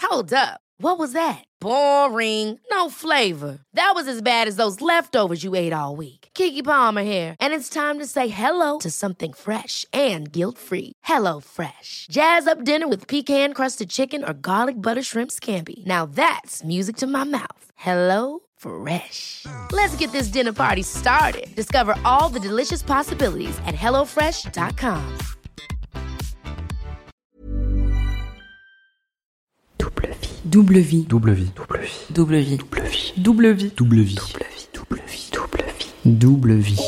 Hold up. What was that? Boring. No flavor. That was as bad as those leftovers you ate all week. Keke Palmer here, and it's time to say hello to something fresh and guilt-free. Hello Fresh. Jazz up dinner with pecan-crusted chicken or garlic butter shrimp scampi. Now that's music to my mouth. Hello Fresh. Let's get this dinner party started. Discover all the delicious possibilities at hellofresh.com. Double vie. Double vie. Double vie. Double vie. Double vie. Double vie. Double vie. Double vie. Double vie. Double vie. Double vie.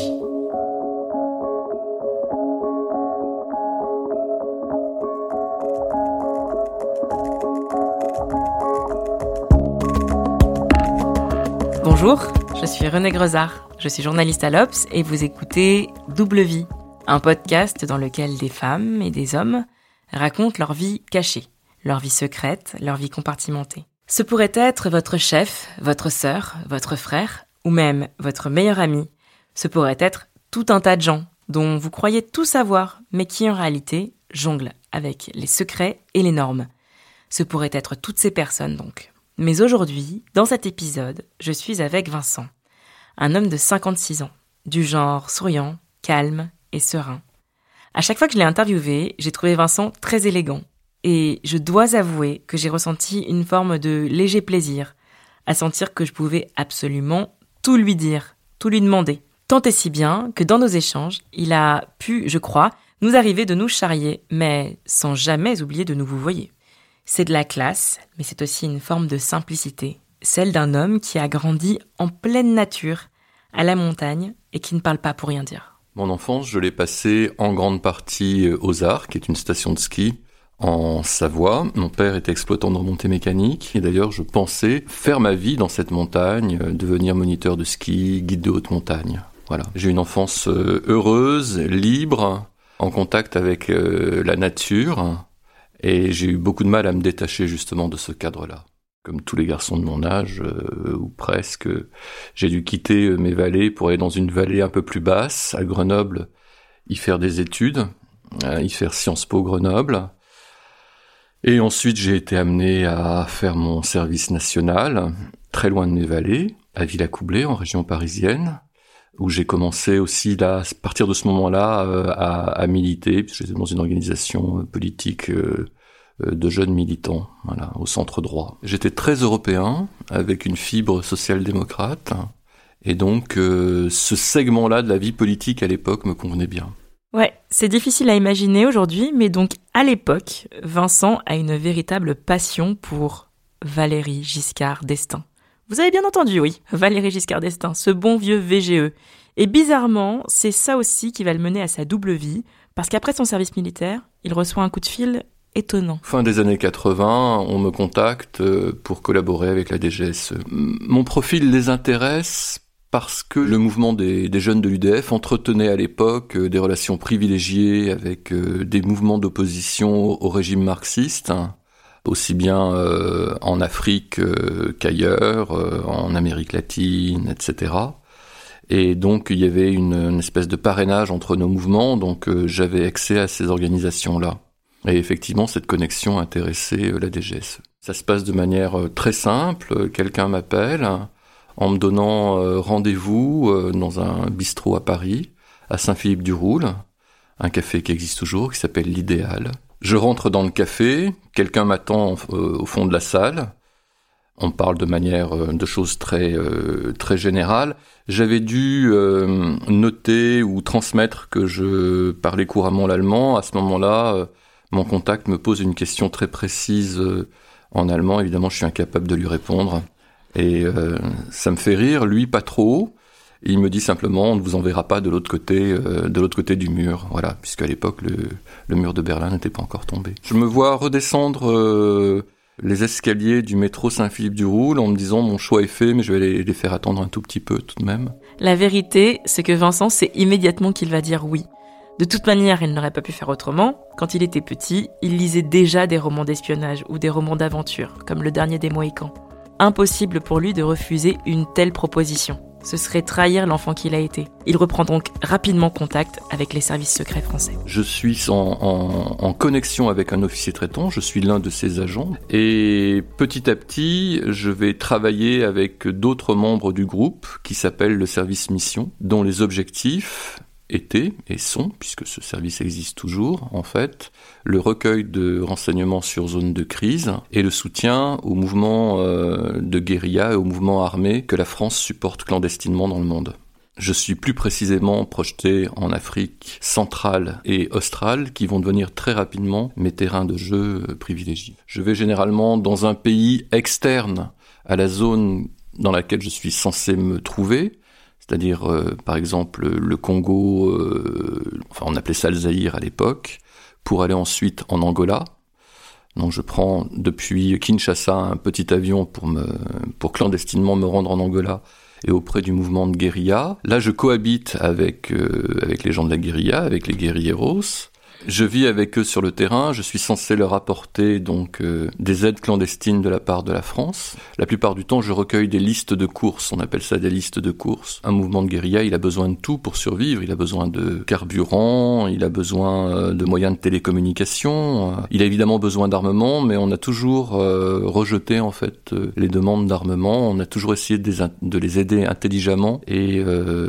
Bonjour, je suis Renée Grezard. Je suis journaliste à l'Obs et vous écoutez Double vie, un podcast dans lequel des femmes et des hommes racontent leur vie cachée, leur vie secrète, leur vie compartimentée. Ce pourrait être votre chef, votre sœur, votre frère, ou même votre meilleur ami. Ce pourrait être tout un tas de gens dont vous croyez tout savoir, mais qui en réalité jonglent avec les secrets et les normes. Ce pourrait être toutes ces personnes donc. Mais aujourd'hui, dans cet épisode, je suis avec Vincent, un homme de 56 ans, du genre souriant, calme et serein. À chaque fois que je l'ai interviewé, j'ai trouvé Vincent très élégant. Et je dois avouer que j'ai ressenti une forme de léger plaisir à sentir que je pouvais absolument tout lui dire, tout lui demander. Tant et si bien que dans nos échanges, il a pu, je crois, nous arriver de nous charrier, mais sans jamais oublier de nous vouvoyer. C'est de la classe, mais c'est aussi une forme de simplicité, celle d'un homme qui a grandi en pleine nature, à la montagne, et qui ne parle pas pour rien dire. Mon enfance, je l'ai passée en grande partie aux Arcs, qui est une station de ski, en Savoie. Mon père était exploitant de remontée mécanique et d'ailleurs je pensais faire ma vie dans cette montagne, devenir moniteur de ski, guide de haute montagne. Voilà. J'ai eu une enfance heureuse, libre, en contact avec la nature et j'ai eu beaucoup de mal à me détacher justement de ce cadre-là. Comme tous les garçons de mon âge, ou presque, j'ai dû quitter mes vallées pour aller dans une vallée un peu plus basse, à Grenoble, y faire des études, y faire Sciences Po Grenoble. Et ensuite, j'ai été amené à faire mon service national, très loin de mes vallées, à Villacoublay, en région parisienne, où j'ai commencé aussi, là, à partir de ce moment-là, à militer, puisque j'étais dans une organisation politique de jeunes militants, voilà, au centre droit. J'étais très européen, avec une fibre social-démocrate, et donc ce segment-là de la vie politique à l'époque me convenait bien. Ouais, c'est difficile à imaginer aujourd'hui, mais donc à l'époque, Vincent a une véritable passion pour Valéry Giscard d'Estaing. Vous avez bien entendu, oui, Valéry Giscard d'Estaing, ce bon vieux VGE. Et bizarrement, c'est ça aussi qui va le mener à sa double vie, parce qu'après son service militaire, il reçoit un coup de fil étonnant. Fin des années 80, on me contacte pour collaborer avec la DGSE. Mon profil les intéresse parce que le mouvement des jeunes de l'UDF entretenait à l'époque des relations privilégiées avec des mouvements d'opposition au régime marxiste, aussi bien en Afrique qu'ailleurs, en Amérique latine, etc. Et donc il y avait une espèce de parrainage entre nos mouvements, donc j'avais accès à ces organisations-là. Et effectivement, cette connexion intéressait la DGSE. Ça se passe de manière très simple, quelqu'un m'appelle en me donnant rendez-vous dans un bistrot à Paris, à Saint-Philippe-du-Roule, un café qui existe toujours, qui s'appelle l'Idéal. Je rentre dans le café, quelqu'un m'attend au fond de la salle. On parle de manière de choses très générales. J'avais dû noter ou transmettre que je parlais couramment l'allemand. À ce moment-là, mon contact me pose une question très précise en allemand. Évidemment, je suis incapable de lui répondre. Et ça me fait rire, lui pas trop. Et il me dit simplement, on ne vous enverra pas de l'autre côté du mur. Voilà, puisqu'à l'époque, le mur de Berlin n'était pas encore tombé. Je me vois redescendre les escaliers du métro Saint-Philippe-du-Roule en me disant, mon choix est fait, mais je vais les faire attendre un tout petit peu tout de même. La vérité, c'est que Vincent sait immédiatement qu'il va dire oui. De toute manière, il n'aurait pas pu faire autrement. Quand il était petit, il lisait déjà des romans d'espionnage ou des romans d'aventure, comme Le Dernier des Mohicans. Impossible pour lui de refuser une telle proposition. Ce serait trahir l'enfant qu'il a été. Il reprend donc rapidement contact avec les services secrets français. Je suis en connexion avec un officier traitant, je suis l'un de ses agents, et petit à petit, je vais travailler avec d'autres membres du groupe qui s'appelle le service mission, dont les objectifs étaient et sont, puisque ce service existe toujours en fait, le recueil de renseignements sur zone de crise et le soutien aux mouvements de guérilla et aux mouvements armés que la France supporte clandestinement dans le monde. Je suis plus précisément projeté en Afrique centrale et australe qui vont devenir très rapidement mes terrains de jeu privilégiés. Je vais généralement dans un pays externe à la zone dans laquelle je suis censé me trouver, c'est-à-dire par exemple le Congo, on appelait ça le Zaïre à l'époque, pour aller ensuite en Angola. Donc je prends depuis Kinshasa un petit avion pour clandestinement me rendre en Angola et auprès du mouvement de guérilla. Là je cohabite avec les gens de la guérilla, avec les guerrilleros. Je vis avec eux sur le terrain, je suis censé leur apporter donc des aides clandestines de la part de la France. La plupart du temps, je recueille des listes de courses, on appelle ça des listes de courses. Un mouvement de guérilla, il a besoin de tout pour survivre, il a besoin de carburant, il a besoin de moyens de télécommunication, il a évidemment besoin d'armement, mais on a toujours rejeté en fait les demandes d'armement, on a toujours essayé de les aider intelligemment et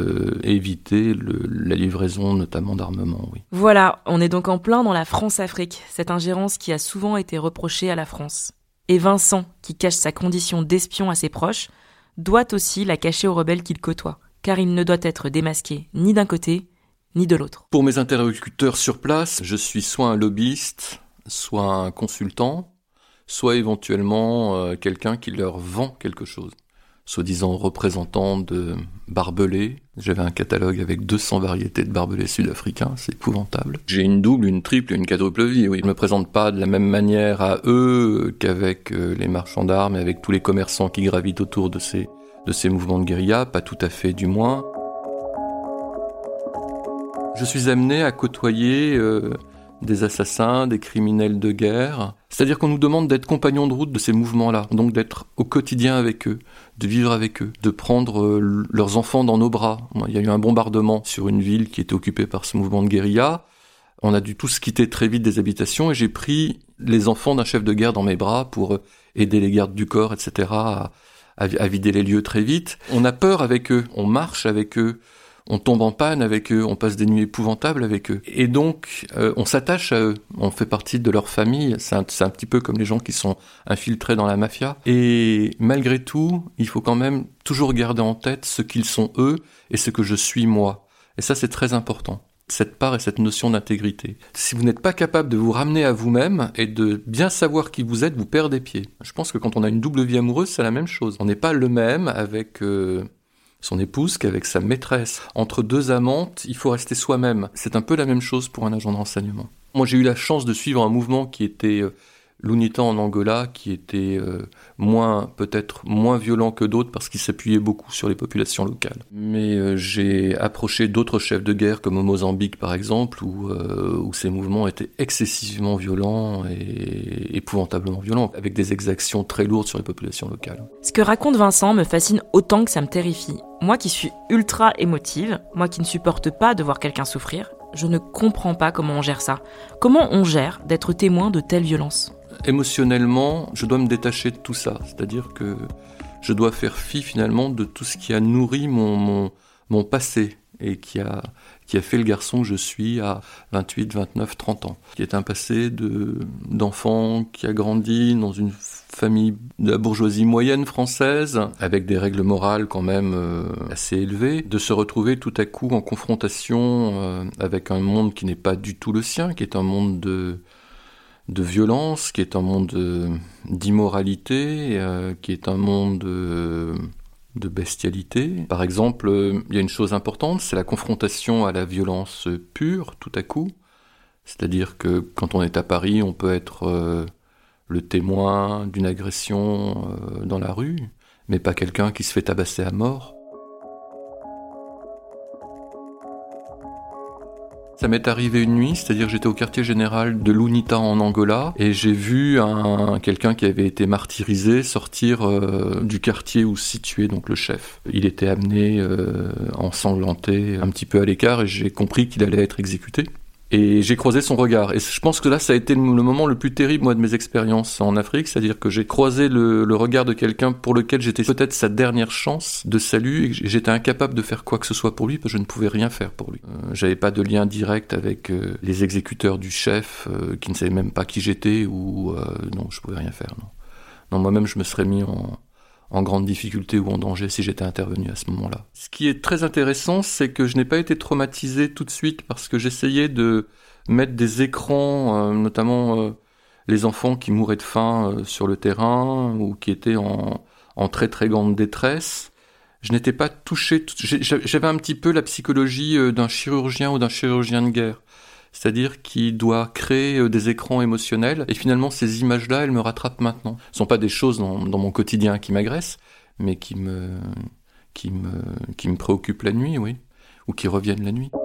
éviter la livraison notamment d'armement, oui. Voilà, on est donc en plein dans la France-Afrique, cette ingérence qui a souvent été reprochée à la France. Et Vincent, qui cache sa condition d'espion à ses proches, doit aussi la cacher aux rebelles qu'il côtoie, car il ne doit être démasqué ni d'un côté, ni de l'autre. Pour mes interlocuteurs sur place, je suis soit un lobbyiste, soit un consultant, soit éventuellement quelqu'un qui leur vend quelque chose. Soi-disant représentant de barbelés. J'avais un catalogue avec 200 variétés de barbelés sud-africains, c'est épouvantable. J'ai une double, une triple et une quadruple vie, oui. Je ne me présente pas de la même manière à eux qu'avec les marchands d'armes et avec tous les commerçants qui gravitent autour de ces mouvements de guérilla, pas tout à fait du moins. Je suis amené à côtoyer des assassins, des criminels de guerre. C'est-à-dire qu'on nous demande d'être compagnons de route de ces mouvements-là, donc d'être au quotidien avec eux, de vivre avec eux, de prendre leurs enfants dans nos bras. Il y a eu un bombardement sur une ville qui était occupée par ce mouvement de guérilla. On a dû tous quitter très vite des habitations et j'ai pris les enfants d'un chef de guerre dans mes bras pour aider les gardes du corps, etc., à vider les lieux très vite. On a peur avec eux, on marche avec eux, on tombe en panne avec eux, on passe des nuits épouvantables avec eux. Et donc, on s'attache à eux, on fait partie de leur famille, c'est un petit peu comme les gens qui sont infiltrés dans la mafia. Et malgré tout, il faut quand même toujours garder en tête ce qu'ils sont eux et ce que je suis moi. Et ça, c'est très important. Cette part et cette notion d'intégrité. Si vous n'êtes pas capable de vous ramener à vous-même et de bien savoir qui vous êtes, vous perdez pied. Je pense que quand on a une double vie amoureuse, c'est la même chose. On n'est pas le même avec son épouse qu'avec sa maîtresse. Entre deux amantes, il faut rester soi-même. C'est un peu la même chose pour un agent de renseignement. Moi, j'ai eu la chance de suivre un mouvement qui était l'UNITA en Angola, qui était peut-être moins violent que d'autres parce qu'il s'appuyait beaucoup sur les populations locales. Mais j'ai approché d'autres chefs de guerre comme au Mozambique par exemple, où ces mouvements étaient excessivement violents et épouvantablement violents, avec des exactions très lourdes sur les populations locales. Ce que raconte Vincent me fascine autant que ça me terrifie. Moi qui suis ultra émotive, moi qui ne supporte pas de voir quelqu'un souffrir, je ne comprends pas comment on gère ça. Comment on gère d'être témoin de telles violences ? Émotionnellement, je dois me détacher de tout ça. C'est-à-dire que je dois faire fi finalement de tout ce qui a nourri mon passé et qui a fait le garçon que je suis à 28, 29, 30 ans. Qui est un passé d'enfant qui a grandi dans une famille de la bourgeoisie moyenne française, avec des règles morales quand même assez élevées, de se retrouver tout à coup en confrontation avec un monde qui n'est pas du tout le sien, qui est un monde de violence, qui est un monde d'immoralité, qui est un monde de bestialité. Par exemple, il y a une chose importante, c'est la confrontation à la violence pure, tout à coup. C'est-à-dire que quand on est à Paris, on peut être le témoin d'une agression dans la rue, mais pas quelqu'un qui se fait tabasser à mort. Ça m'est arrivé une nuit, c'est-à-dire que j'étais au quartier général de l'UNITA en Angola et j'ai vu quelqu'un qui avait été martyrisé sortir du quartier où se situait donc le chef. Il était amené ensanglanté, un petit peu à l'écart et j'ai compris qu'il allait être exécuté. Et j'ai croisé son regard. Et je pense que là, ça a été le moment le plus terrible, moi, de mes expériences en Afrique. C'est-à-dire que j'ai croisé le regard de quelqu'un pour lequel j'étais peut-être sa dernière chance de salut et que j'étais incapable de faire quoi que ce soit pour lui parce que je ne pouvais rien faire pour lui. J'avais pas de lien direct avec les exécuteurs du chef qui ne savaient même pas qui j'étais ou non, je pouvais rien faire, non. Non, moi-même, je me serais mis en grande difficulté ou en danger si j'étais intervenu à ce moment-là. Ce qui est très intéressant, c'est que je n'ai pas été traumatisé tout de suite parce que j'essayais de mettre des écrans, notamment les enfants qui mouraient de faim sur le terrain ou qui étaient en très très grande détresse. Je n'étais pas touché, j'avais un petit peu la psychologie d'un chirurgien ou d'un chirurgien de guerre. C'est-à-dire qu'il doit créer des écrans émotionnels, et finalement ces images-là, elles me rattrapent maintenant. Ce ne sont pas des choses dans mon quotidien qui m'agressent, mais qui me préoccupent la nuit, oui, ou qui reviennent la nuit.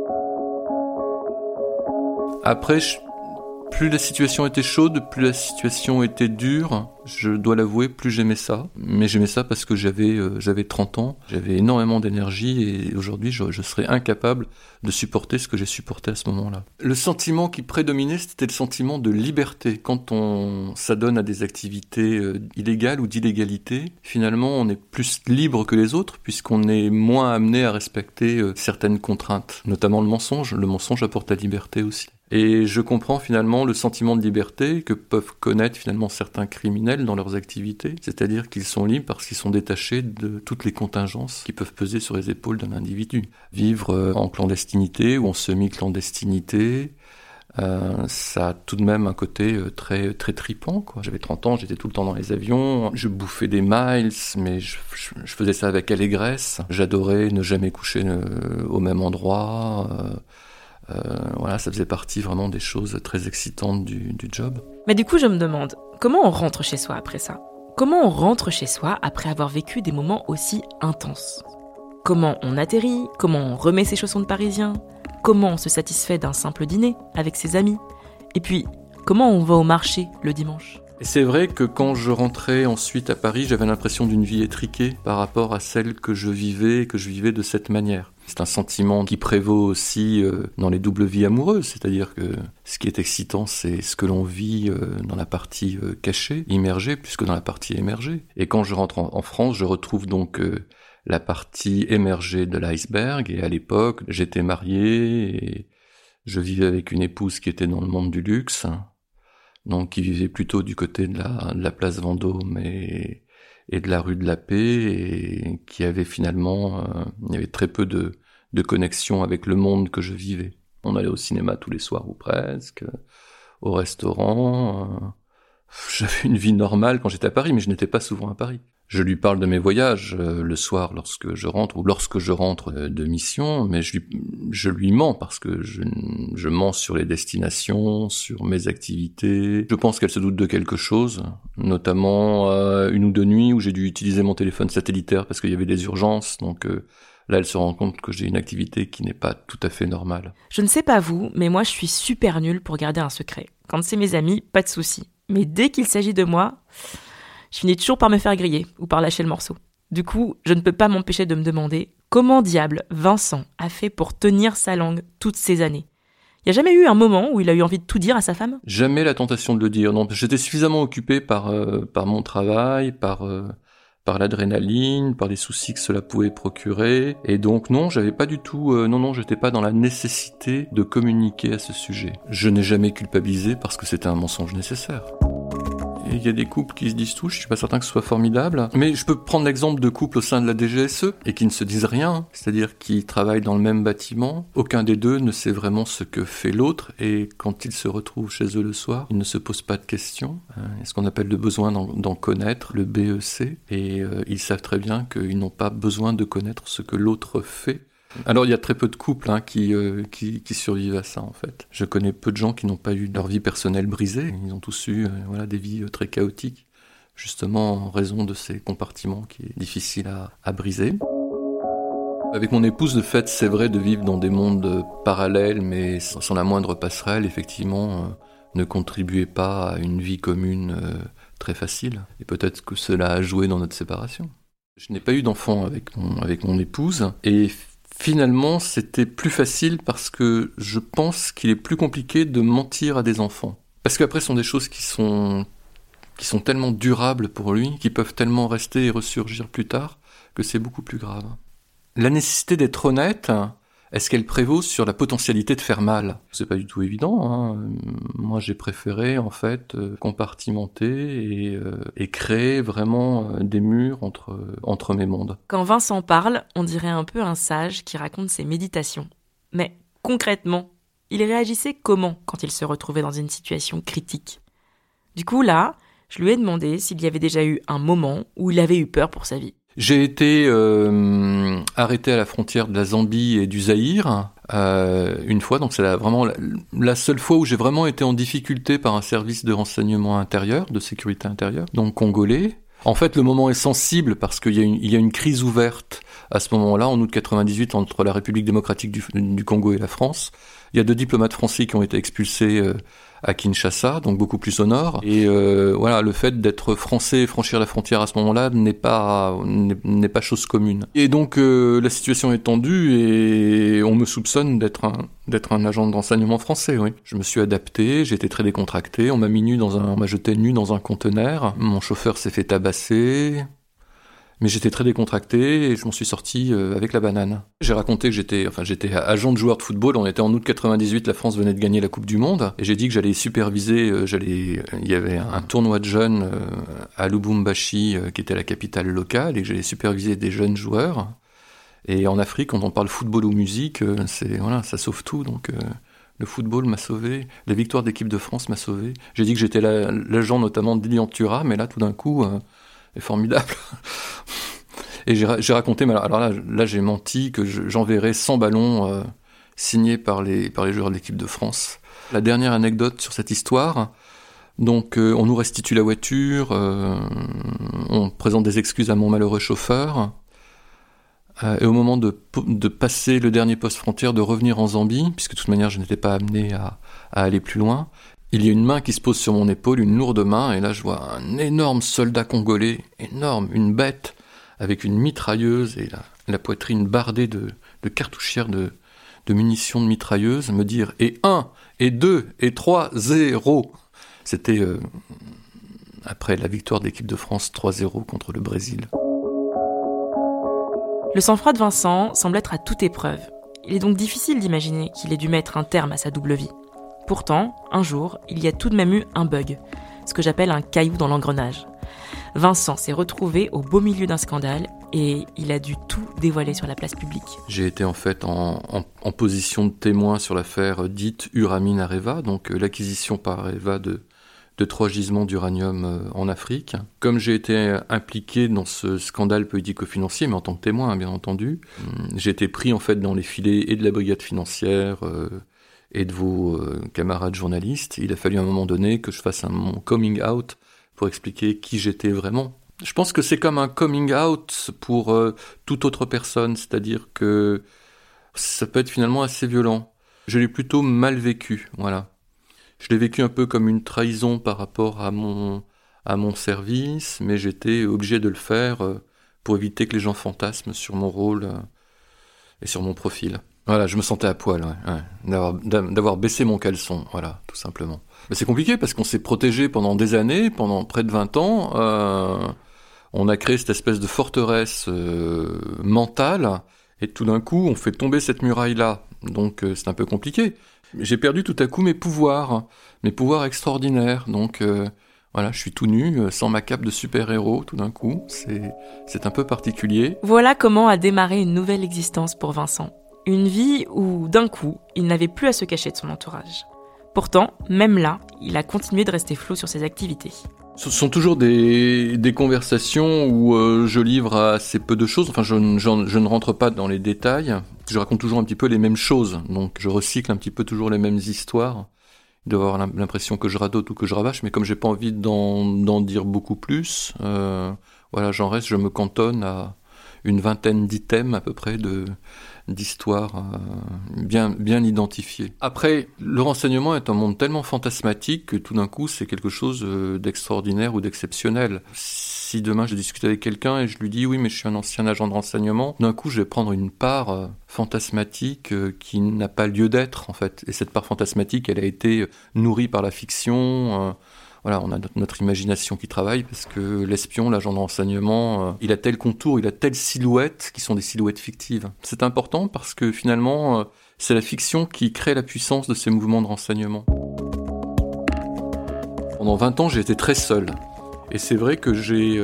Après, plus la situation était chaude, plus la situation était dure, je dois l'avouer, plus j'aimais ça. Mais j'aimais ça parce que j'avais 30 ans, j'avais énormément d'énergie et aujourd'hui je serais incapable de supporter ce que j'ai supporté à ce moment-là. Le sentiment qui prédominait, c'était le sentiment de liberté. Quand on s'adonne à des activités illégales ou d'illégalité, finalement on est plus libre que les autres puisqu'on est moins amené à respecter certaines contraintes, notamment le mensonge. Le mensonge apporte la liberté aussi. Et je comprends finalement le sentiment de liberté que peuvent connaître finalement certains criminels dans leurs activités, c'est-à-dire qu'ils sont libres parce qu'ils sont détachés de toutes les contingences qui peuvent peser sur les épaules d'un individu. Vivre en clandestinité ou en semi-clandestinité, ça a tout de même un côté très, très tripant, quoi. J'avais 30 ans, j'étais tout le temps dans les avions, je bouffais des miles, mais je faisais ça avec allégresse. J'adorais ne jamais coucher au même endroit. Voilà, ça faisait partie vraiment des choses très excitantes du job. Mais du coup, je me demande, comment on rentre chez soi après ça ? Comment on rentre chez soi après avoir vécu des moments aussi intenses ? Comment on atterrit ? Comment on remet ses chaussons de Parisien ? Comment on se satisfait d'un simple dîner avec ses amis ? Et puis, comment on va au marché le dimanche ? Et c'est vrai que quand je rentrais ensuite à Paris, j'avais l'impression d'une vie étriquée par rapport à celle que je vivais de cette manière. C'est un sentiment qui prévaut aussi dans les doubles vies amoureuses, c'est-à-dire que ce qui est excitant, c'est ce que l'on vit dans la partie cachée, immergée, plus que dans la partie émergée. Et quand je rentre en France, je retrouve donc la partie émergée de l'iceberg, et à l'époque, j'étais marié, et je vivais avec une épouse qui était dans le monde du luxe, donc qui vivait plutôt du côté de la place Vendôme et de la rue de la Paix, et qui avait finalement, il y avait très peu de connexion avec le monde que je vivais. On allait au cinéma tous les soirs ou presque, au restaurant. J'avais une vie normale quand j'étais à Paris, mais je n'étais pas souvent à Paris. Je lui parle de mes voyages le soir lorsque je rentre, ou lorsque je rentre de mission, mais je lui mens parce que je mens sur les destinations, sur mes activités. Je pense qu'elle se doute de quelque chose, notamment une ou deux nuits où j'ai dû utiliser mon téléphone satellitaire parce qu'il y avait des urgences, donc là elle se rend compte que j'ai une activité qui n'est pas tout à fait normale. Je ne sais pas vous, mais moi je suis super nulle pour garder un secret. Quand c'est mes amis, pas de souci. Mais dès qu'il s'agit de moi, je finis toujours par me faire griller ou par lâcher le morceau. Du coup, je ne peux pas m'empêcher de me demander comment diable Vincent a fait pour tenir sa langue toutes ces années. Il n'y a jamais eu un moment où il a eu envie de tout dire à sa femme ? Jamais la tentation de le dire. Non, j'étais suffisamment occupé par mon travail, par l'adrénaline, par les soucis que cela pouvait procurer. Et donc non, j'avais pas du tout... j'étais pas dans la nécessité de communiquer à ce sujet. Je n'ai jamais culpabilisé parce que c'était un mensonge nécessaire. Et il y a des couples qui se disent tout, je suis pas certain que ce soit formidable. Mais je peux prendre l'exemple de couples au sein de la DGSE et qui ne se disent rien, c'est-à-dire qui travaillent dans le même bâtiment. Aucun des deux ne sait vraiment ce que fait l'autre et quand ils se retrouvent chez eux le soir, ils ne se posent pas de questions. Il y a ce qu'on appelle le besoin d'en connaître, le BEC, et ils savent très bien qu'ils n'ont pas besoin de connaître ce que l'autre fait. Alors il y a très peu de couples qui survivent à ça en fait. Je connais peu de gens qui n'ont pas eu leur vie personnelle brisée. Ils ont tous eu des vies très chaotiques, justement en raison de ces compartiments qui est difficile à briser. Avec mon épouse, le fait, c'est vrai, de vivre dans des mondes parallèles, mais sans la moindre passerelle, effectivement, ne contribuait pas à une vie commune très facile. Et peut-être que cela a joué dans notre séparation. Je n'ai pas eu d'enfant avec mon épouse, et finalement, c'était plus facile parce que je pense qu'il est plus compliqué de mentir à des enfants. Parce qu'après, ce sont des choses qui sont tellement durables pour lui, qui peuvent tellement rester et ressurgir plus tard, que c'est beaucoup plus grave. La nécessité d'être honnête, est-ce qu'elle prévaut sur la potentialité de faire mal ? C'est pas du tout évident, hein. Moi, j'ai préféré, en fait, compartimenter et créer vraiment des murs entre mes mondes. Quand Vincent parle, on dirait un peu un sage qui raconte ses méditations. Mais concrètement, il réagissait comment quand il se retrouvait dans une situation critique ? Du coup, là, je lui ai demandé s'il y avait déjà eu un moment où il avait eu peur pour sa vie. J'ai été arrêté à la frontière de la Zambie et du Zaïre une fois, donc c'est vraiment la seule fois où j'ai vraiment été en difficulté par un service de renseignement intérieur, de sécurité intérieure, donc congolais. En fait, le moment est sensible parce qu'il y a une crise ouverte à ce moment-là, en août 98, entre la République démocratique du Congo et la France. Il y a 2 diplomates français qui ont été expulsés à Kinshasa, donc beaucoup plus au nord. Et voilà, le fait d'être français et franchir la frontière à ce moment-là n'est pas chose commune. Et donc la situation est tendue et on me soupçonne d'être un agent de renseignement français, oui. Je me suis adapté, j'ai été très décontracté, on m'a jeté nu dans un conteneur, mon chauffeur s'est fait tabasser. Mais j'étais très décontracté et je m'en suis sorti avec la banane. J'ai raconté que j'étais agent de joueur de football. On était en août 98, la France venait de gagner la Coupe du Monde. Et j'ai dit que j'allais superviser, il y avait un tournoi de jeunes à Lubumbashi, qui était la capitale locale, et que j'allais superviser des jeunes joueurs. Et en Afrique, quand on parle football ou musique, ça sauve tout. Donc le football m'a sauvé, la victoire d'équipe de France m'a sauvé. J'ai dit que j'étais l'agent notamment de Lilian Thuram, mais là, tout d'un coup... est formidable. Et j'ai raconté, mais alors là j'ai menti, que j'enverrais 100 ballons signés par les joueurs de l'équipe de France. La dernière anecdote sur cette histoire, donc on nous restitue la voiture, on présente des excuses à mon malheureux chauffeur, et au moment de passer le dernier poste frontière, de revenir en Zambie, puisque de toute manière je n'étais pas amené à aller plus loin, il y a une main qui se pose sur mon épaule, une lourde main, et là je vois un énorme soldat congolais, énorme, une bête, avec une mitrailleuse et la poitrine bardée de cartouchières de munitions de mitrailleuse, me dire « et 1, et 2, et 3, 0 ». C'était après la victoire de l'équipe de France 3-0 contre le Brésil. Le sang-froid de Vincent semble être à toute épreuve. Il est donc difficile d'imaginer qu'il ait dû mettre un terme à sa double vie. Pourtant, un jour, il y a tout de même eu un bug, ce que j'appelle un caillou dans l'engrenage. Vincent s'est retrouvé au beau milieu d'un scandale et il a dû tout dévoiler sur la place publique. J'ai été en fait en position de témoin sur l'affaire dite Uramine Areva, donc l'acquisition par Areva de 3 gisements d'uranium en Afrique. Comme j'ai été impliqué dans ce scandale politico-financier, mais en tant que témoin, bien entendu, j'ai été pris en fait dans les filets et de la brigade financière et de vos camarades journalistes. Il a fallu à un moment donné que je fasse mon coming out pour expliquer qui j'étais vraiment. Je pense que c'est comme un coming out pour toute autre personne, c'est-à-dire que ça peut être finalement assez violent. Je l'ai plutôt mal vécu, voilà. Je l'ai vécu un peu comme une trahison par rapport à mon service, mais j'étais obligé de le faire pour éviter que les gens fantasment sur mon rôle et sur mon profil. Voilà, je me sentais à poil, d'avoir baissé mon caleçon, voilà, tout simplement. Mais c'est compliqué parce qu'on s'est protégé pendant des années, pendant près de 20 ans. On a créé cette espèce de forteresse mentale, et tout d'un coup, on fait tomber cette muraille-là. Donc c'est un peu compliqué. J'ai perdu tout à coup mes pouvoirs extraordinaires. Donc voilà, je suis tout nu, sans ma cape de super-héros, tout d'un coup. C'est un peu particulier. Voilà comment a démarré une nouvelle existence pour Vincent. Une vie où, d'un coup, il n'avait plus à se cacher de son entourage. Pourtant, même là, il a continué de rester flou sur ses activités. Ce sont toujours des conversations où je livre assez peu de choses. Enfin, je ne rentre pas dans les détails. Je raconte toujours un petit peu les mêmes choses. Donc, je recycle un petit peu toujours les mêmes histoires. Il doit avoir l'impression que je radote ou que je rabâche, mais comme j'ai pas envie d'en dire beaucoup plus, voilà, j'en reste, je me cantonne à une vingtaine d'items à peu près d'histoires bien identifiées. Après, le renseignement est un monde tellement fantasmatique que tout d'un coup, c'est quelque chose d'extraordinaire ou d'exceptionnel. Si demain je discute avec quelqu'un et je lui dis « oui, mais je suis un ancien agent de renseignement », d'un coup, je vais prendre une part fantasmatique qui n'a pas lieu d'être, en fait. Et cette part fantasmatique, elle a été nourrie par la fiction. Voilà, on a notre imagination qui travaille parce que l'espion, l'agent de renseignement, il a tel contour, il a telle silhouette qui sont des silhouettes fictives. C'est important parce que finalement, c'est la fiction qui crée la puissance de ces mouvements de renseignement. Pendant 20 ans, j'ai été très seul. Et c'est vrai que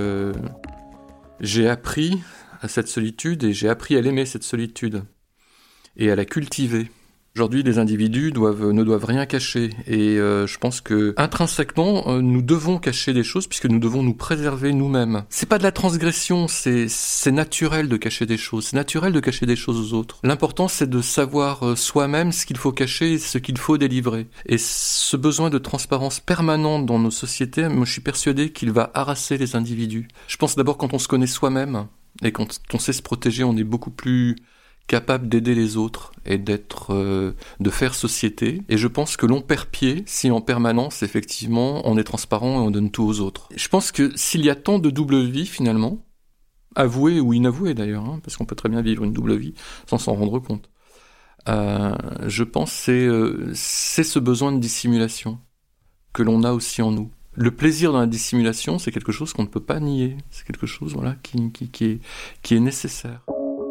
j'ai appris à cette solitude et j'ai appris à l'aimer, cette solitude, et à la cultiver. Aujourd'hui, les individus ne doivent rien cacher. Et je pense que intrinsèquement, nous devons cacher des choses puisque nous devons nous préserver nous-mêmes. C'est pas de la transgression, c'est naturel de cacher des choses. C'est naturel de cacher des choses aux autres. L'important, c'est de savoir soi-même ce qu'il faut cacher et ce qu'il faut délivrer. Et ce besoin de transparence permanente dans nos sociétés, moi, je suis persuadé qu'il va harasser les individus. Je pense d'abord quand on se connaît soi-même et quand on sait se protéger, on est beaucoup plus capable d'aider les autres et de faire société. Et je pense que l'on perd pied si en permanence, effectivement, on est transparent et on donne tout aux autres. Je pense que s'il y a tant de double vie, finalement, avouée ou inavouée d'ailleurs, parce qu'on peut très bien vivre une double vie sans s'en rendre compte, je pense que c'est ce besoin de dissimulation que l'on a aussi en nous. Le plaisir dans la dissimulation, c'est quelque chose qu'on ne peut pas nier. C'est quelque chose qui est nécessaire.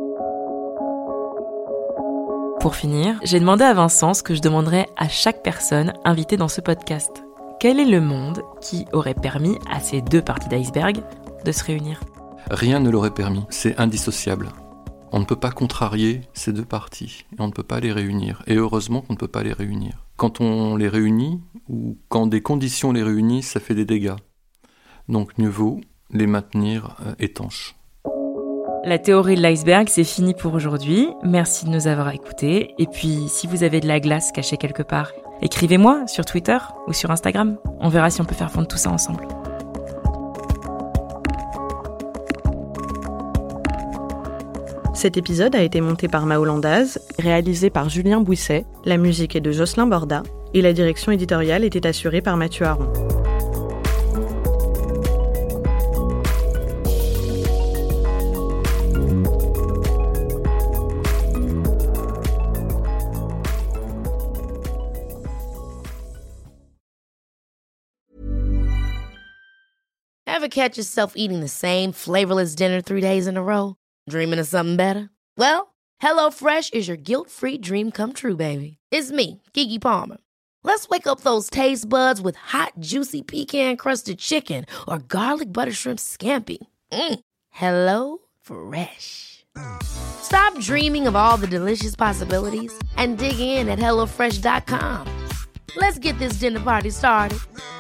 Pour finir, j'ai demandé à Vincent ce que je demanderais à chaque personne invitée dans ce podcast. Quel est le monde qui aurait permis à ces deux parties d'iceberg de se réunir ? Rien ne l'aurait permis, c'est indissociable. On ne peut pas contrarier ces deux parties, et on ne peut pas les réunir. Et heureusement qu'on ne peut pas les réunir. Quand on les réunit, ou quand des conditions les réunissent, ça fait des dégâts. Donc mieux vaut les maintenir étanches. La théorie de l'iceberg, c'est fini pour aujourd'hui. Merci de nous avoir écoutés. Et puis, si vous avez de la glace cachée quelque part, écrivez-moi sur Twitter ou sur Instagram. On verra si on peut faire fondre tout ça ensemble. Cet épisode a été monté par Mao Landaz, réalisé par Julien Bouisset, la musique est de Jocelyn Borda et la direction éditoriale était assurée par Mathieu Aron. Ever catch yourself eating the same flavorless dinner 3 days in a row? Dreaming of something better? Well, HelloFresh is your guilt-free dream come true, baby. It's me, Keke Palmer. Let's wake up those taste buds with hot, juicy pecan-crusted chicken or garlic butter shrimp scampi. Hello Fresh. Stop dreaming of all the delicious possibilities and dig in at HelloFresh.com. Let's get this dinner party started.